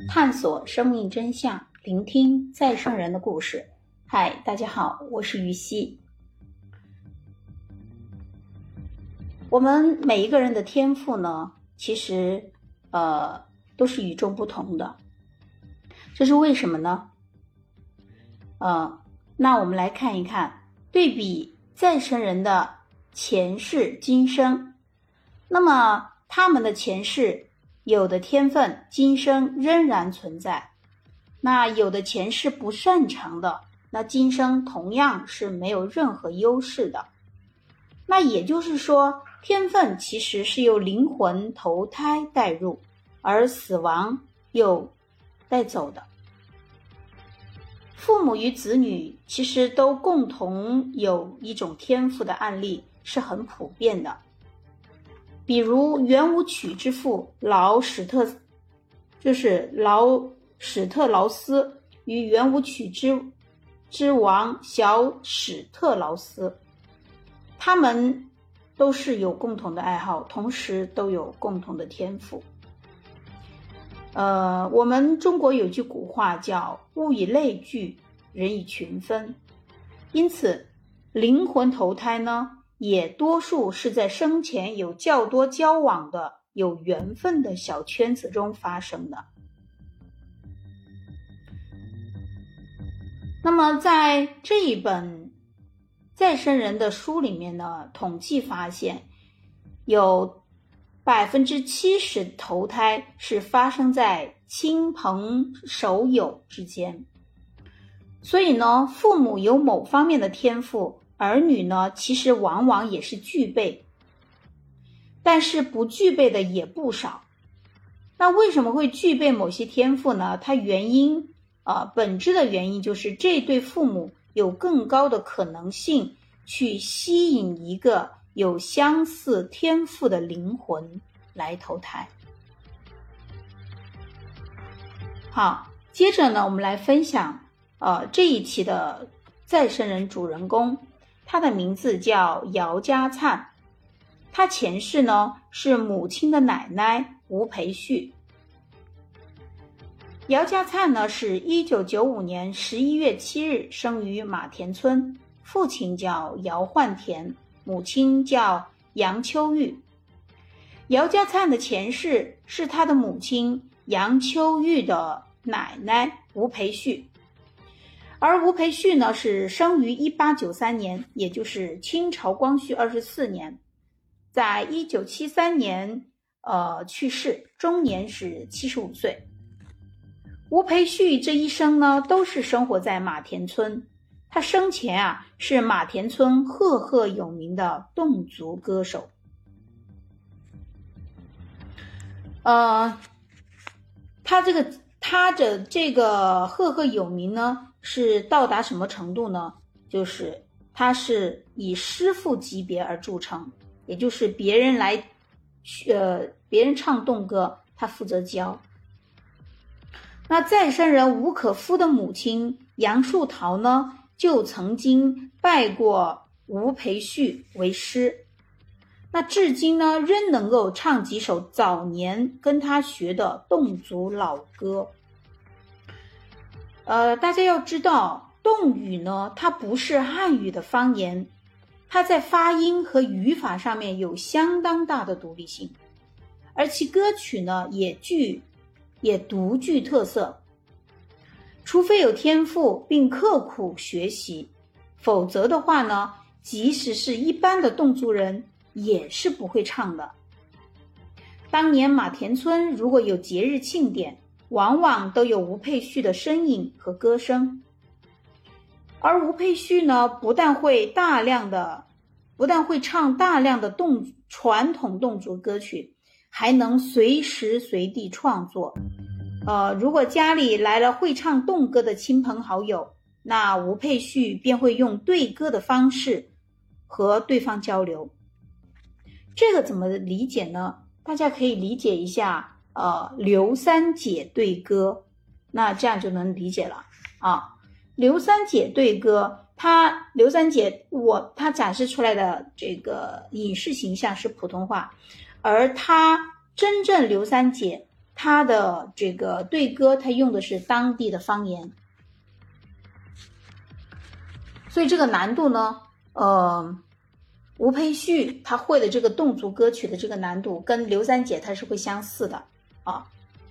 探索生命真相，聆听再生人的故事。嗨，大家好，我是于西。我们每一个人的天赋呢，其实都是与众不同的。这是为什么呢？那我们来看一看，对比再生人的前世今生。那么他们的前世有的天分今生仍然存在，那有的前世不擅长的，那今生同样是没有任何优势的。那也就是说，天分其实是由灵魂投胎带入，而死亡又带走的。父母与子女其实都共同有一种天赋的案例是很普遍的。比如圆舞曲之父老史特劳斯与圆舞曲之王小史特劳斯，他们都是有共同的爱好，同时都有共同的天赋。我们中国有句古话叫物以类聚，人以群分，因此灵魂投胎呢，也多数是在生前有较多交往的有缘分的小圈子中发生的。那么在这一本再生人的书里面呢，统计发现有 70% 投胎是发生在亲朋手友之间。所以呢，父母有某方面的天赋，儿女呢其实往往也是具备，但是不具备的也不少。那为什么会具备某些天赋呢？它本质的原因就是这对父母有更高的可能性去吸引一个有相似天赋的灵魂来投胎。好，接着呢，我们来分享这一期的再生人主人公，他的名字叫姚家灿。他前世呢是母亲的奶奶吴培旭。姚家灿呢是1995年11月7日生于马田村，父亲叫姚焕田，母亲叫杨秋玉。姚家灿的前世是他的母亲杨秋玉的奶奶吴培旭，而吴培旭呢是生于1893年，也就是清朝光绪24年，在1973年去世，终年是75岁。吴培旭这一生呢都是生活在马田村，他生前是马田村赫赫有名的侗族歌手。他的这个赫赫有名呢是到达什么程度呢？就是他是以师傅级别而著称，也就是别人唱侗歌，他负责教。那再生人吴可夫的母亲杨树桃呢，就曾经拜过吴培旭为师，那至今呢仍能够唱几首早年跟他学的侗族老歌。大家要知道，侗语呢它不是汉语的方言，它在发音和语法上面有相当大的独立性，而其歌曲呢也独具特色。除非有天赋并刻苦学习，否则的话呢，即使是一般的侗族人也是不会唱的。当年马田村如果有节日庆典，往往都有吴培旭的身影和歌声。而吴培旭呢，不但会唱大量的传统侗族歌曲，还能随时随地创作。如果家里来了会唱侗歌的亲朋好友，那吴培旭便会用对歌的方式和对方交流。这个怎么理解呢？大家可以理解一下刘三姐对歌，那这样就能理解了刘三姐对歌，刘三姐她展示出来的这个影视形象是普通话，而她真正刘三姐他的这个对歌，他用的是当地的方言，所以这个难度呢，吴佩旭他会的这个侗族歌曲的这个难度跟刘三姐他是会相似的啊。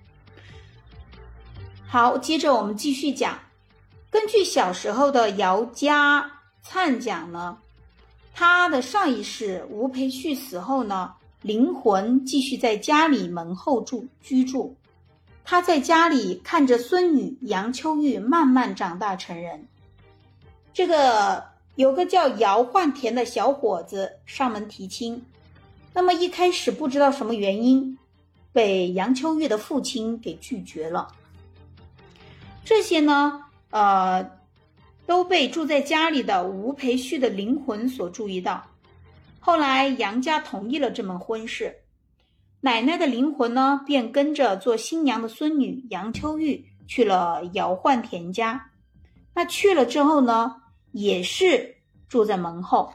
好，接着我们继续讲，根据小时候的姚家灿讲呢，他的上一世吴培旭死后呢，灵魂继续在家里门后居住，他在家里看着孙女杨秋玉慢慢长大成人。这个有个叫姚焕田的小伙子上门提亲，那么一开始不知道什么原因，被杨秋玉的父亲给拒绝了。这些呢，都被住在家里的吴培旭的灵魂所注意到。后来杨家同意了这门婚事，奶奶的灵魂呢，便跟着做新娘的孙女杨秋玉去了姚焕田家。那去了之后呢，也是住在门后。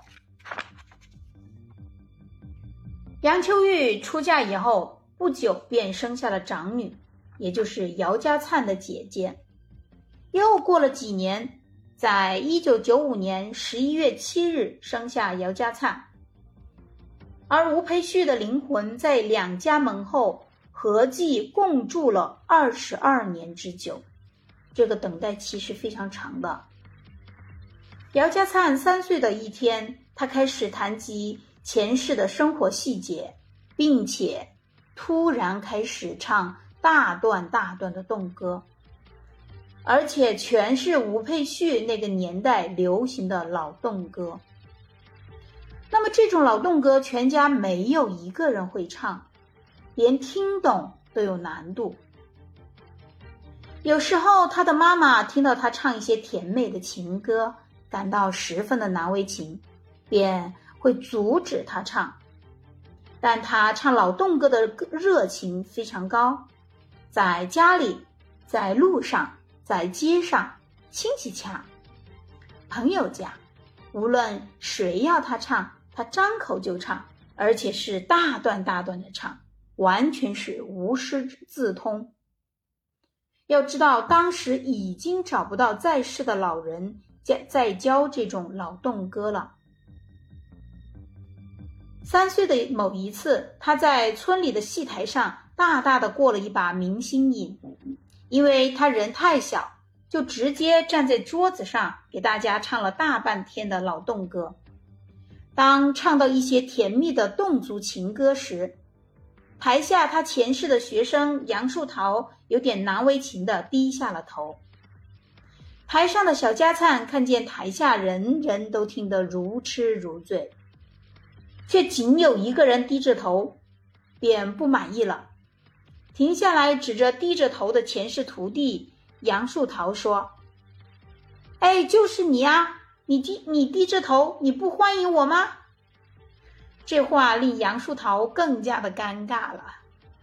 杨秋玉出嫁以后不久便生下了长女，也就是姚家灿的姐姐。又过了几年，在1995年11月7日生下姚家灿。而吴培旭的灵魂在两家门后合计共住了22年之久，这个等待期是非常长的。姚家灿3岁的一天，他开始谈及前世的生活细节，并且突然开始唱大段大段的侗歌，而且全是吴佩旭那个年代流行的老侗歌。那么这种老侗歌全家没有一个人会唱，连听懂都有难度。有时候他的妈妈听到他唱一些甜美的情歌，感到十分的难为情，便会阻止他唱。但他唱老侗歌的热情非常高，在家里，在路上，在街上，亲戚家，朋友家，无论谁要他唱，他张口就唱，而且是大段大段的唱，完全是无师自通。要知道当时已经找不到在世的老人在教这种老侗歌了。3岁的某一次，他在村里的戏台上大大的过了一把明星瘾，因为他人太小，就直接站在桌子上给大家唱了大半天的老侗歌。当唱到一些甜蜜的侗族情歌时，台下他前世的学生杨树桃有点难为情地低下了头。台上的小家灿看见台下人人都听得如痴如醉，却仅有一个人低着头，便不满意了，停下来指着低着头的前世徒弟杨树桃说：“哎，就是你啊，你低着头，你不欢迎我吗？”这话令杨树桃更加的尴尬了。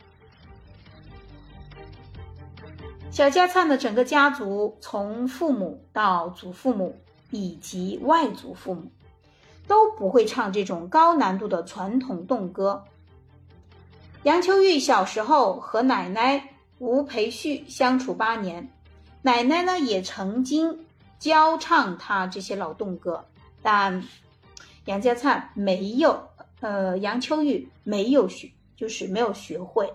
小家灿的整个家族，从父母到祖父母以及外祖父母，都不会唱这种高难度的传统侗歌。杨秋玉小时候和奶奶吴培旭相处8年，奶奶呢也曾经教唱他这些老侗歌，但杨家灿没有，杨秋玉没有学会。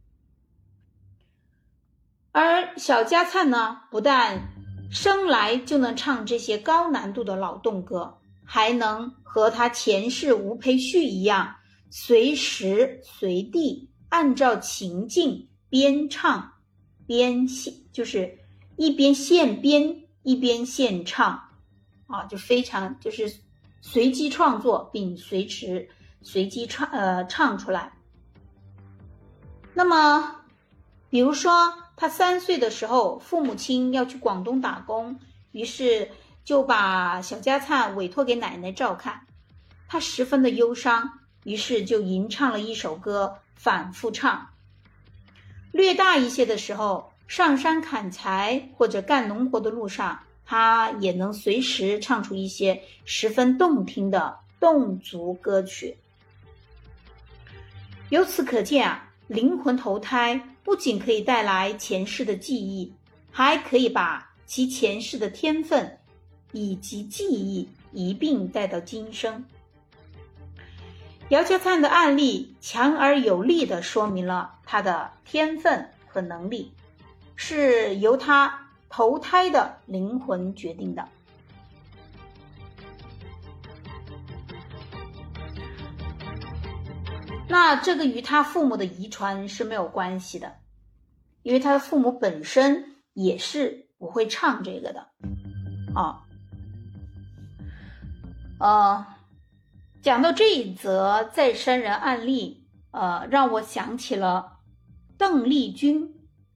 而小家灿呢，不但生来就能唱这些高难度的老侗歌，还能和他前世吴培旭一样，随时随地按照情境边唱边就是一边现编一边现唱啊，就非常就是随机创作并随机唱出来。那么比如说他3岁的时候，父母亲要去广东打工，于是就把小家灿委托给奶奶照看。他十分的忧伤，于是就吟唱了一首歌，反复唱。略大一些的时候，上山砍柴或者干农活的路上，他也能随时唱出一些十分动听的侗族歌曲。由此可见啊，灵魂投胎不仅可以带来前世的记忆，还可以把其前世的天分以及记忆一并带到今生。姚家灿的案例强而有力地说明了他的天分和能力是由他投胎的灵魂决定的。那这个与他父母的遗传是没有关系的，因为他的父母本身也是不会唱这个的讲到这一则再生人案例，让我想起了邓丽君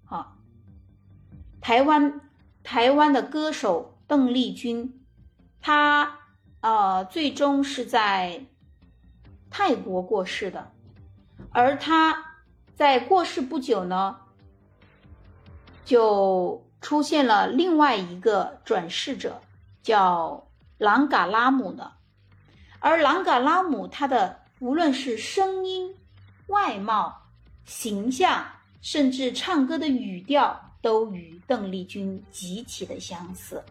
台湾的歌手邓丽君，她最终是在泰国过世的。而他在过世不久呢，就出现了另外一个转世者，叫朗嘎拉姆的。而朗嘎拉姆他的无论是声音、外貌、形象，甚至唱歌的语调，都与邓丽君极其的相似。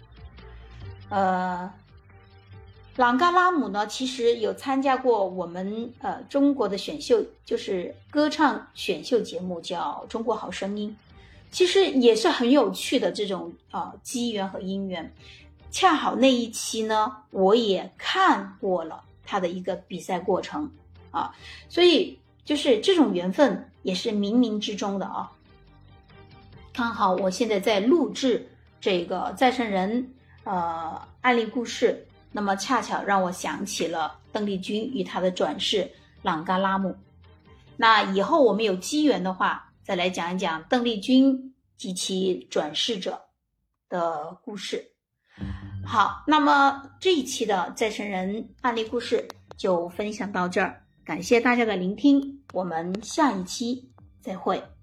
朗嘎拉姆呢，其实有参加过我们中国的选秀，就是歌唱选秀节目，叫《中国好声音》，其实也是很有趣的这种机缘和因缘。恰好那一期呢，我也看过了他的一个比赛过程所以就是这种缘分也是冥冥之中的刚好我现在在录制这个再生人案例故事。那么恰巧让我想起了邓丽君与她的转世朗嘎拉姆。那以后我们有机缘的话，再来讲一讲邓丽君及其转世者的故事。好，那么这一期的再生人案例故事就分享到这儿，感谢大家的聆听，我们下一期再会。